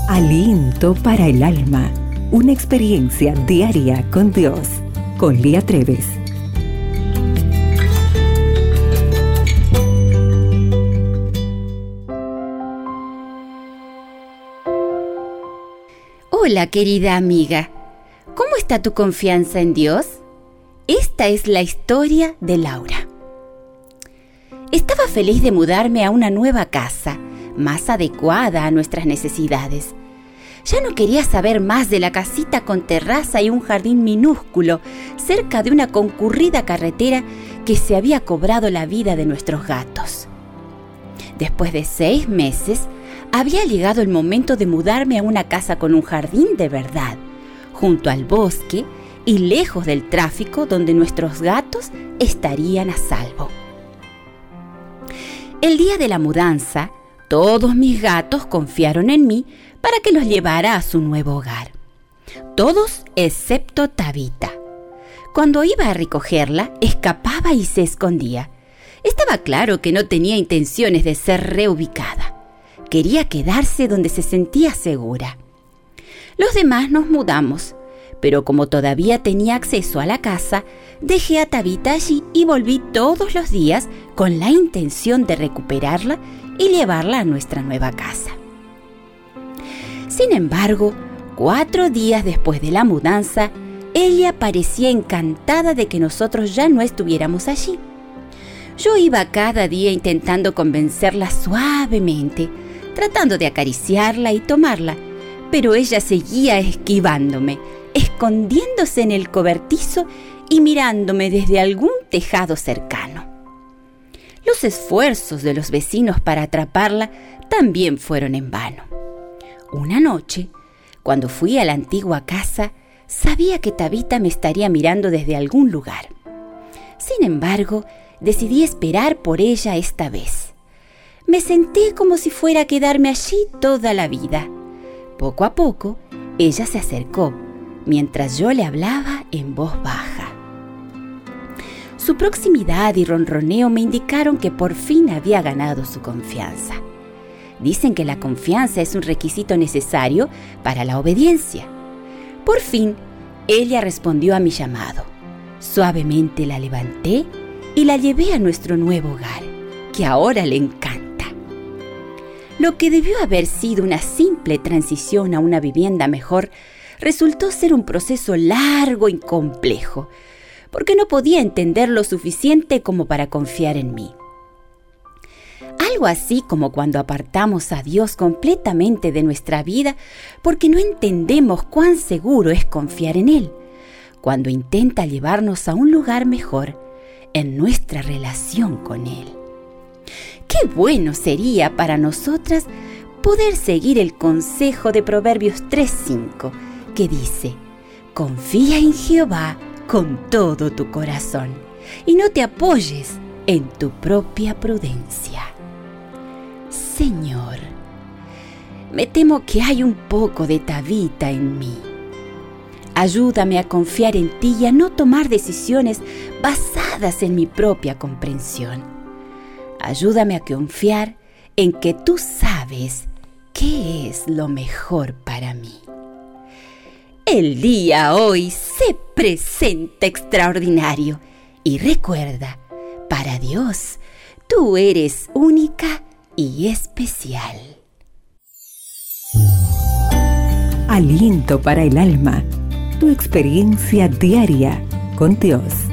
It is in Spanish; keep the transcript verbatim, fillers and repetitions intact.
Aliento para el alma. Una experiencia diaria con Dios. Con Lía Treves. Hola, querida amiga. ¿Cómo está tu confianza en Dios? Esta es la historia de Laura. Estaba feliz de mudarme a una nueva casa, más adecuada a nuestras necesidades. Ya no quería saber más de la casita con terraza y un jardín minúsculo cerca de una concurrida carretera que se había cobrado la vida de nuestros gatos. Después de seis meses, había llegado el momento de mudarme a una casa con un jardín de verdad, junto al bosque y lejos del tráfico donde nuestros gatos estarían a salvo. El día de la mudanza, todos mis gatos confiaron en mí para que los llevara a su nuevo hogar. Todos excepto Tabita. Cuando iba a recogerla, escapaba y se escondía. Estaba claro que no tenía intenciones de ser reubicada. Quería quedarse donde se sentía segura. Los demás nos mudamos, pero como todavía tenía acceso a la casa, dejé a Tabita allí y volví todos los días con la intención de recuperarla y llevarla a nuestra nueva casa. Sin embargo, cuatro días después de la mudanza, ella parecía encantada de que nosotros ya no estuviéramos allí. Yo iba cada día intentando convencerla suavemente, tratando de acariciarla y tomarla, pero ella seguía esquivándome, escondiéndose en el cobertizo y mirándome desde algún tejado cercano. Los esfuerzos de los vecinos para atraparla también fueron en vano. Una noche, cuando fui a la antigua casa, sabía que Tabita me estaría mirando desde algún lugar. Sin embargo, decidí esperar por ella esta vez. Me senté como si fuera a quedarme allí toda la vida. Poco a poco, ella se acercó, mientras yo le hablaba en voz baja. Su proximidad y ronroneo me indicaron que por fin había ganado su confianza. Dicen que la confianza es un requisito necesario para la obediencia. Por fin, ella respondió a mi llamado. Suavemente la levanté y la llevé a nuestro nuevo hogar, que ahora le encanta. Lo que debió haber sido una simple transición a una vivienda mejor resultó ser un proceso largo y complejo, porque no podía entender lo suficiente como para confiar en mí. Algo así como cuando apartamos a Dios completamente de nuestra vida porque no entendemos cuán seguro es confiar en Él, cuando intenta llevarnos a un lugar mejor en nuestra relación con Él. ¡Qué bueno sería para nosotras poder seguir el consejo de Proverbios tres cinco, que dice: confía en Jehová con todo tu corazón y no te apoyes en tu propia prudencia. Señor, me temo que hay un poco de Tabita en mí. Ayúdame a confiar en ti y a no tomar decisiones basadas en mi propia comprensión. Ayúdame a confiar en que tú sabes qué es lo mejor para mí. El día hoy se presenta extraordinario y recuerda, para Dios, tú eres única y especial. Aliento para el alma. Tu experiencia diaria con Dios.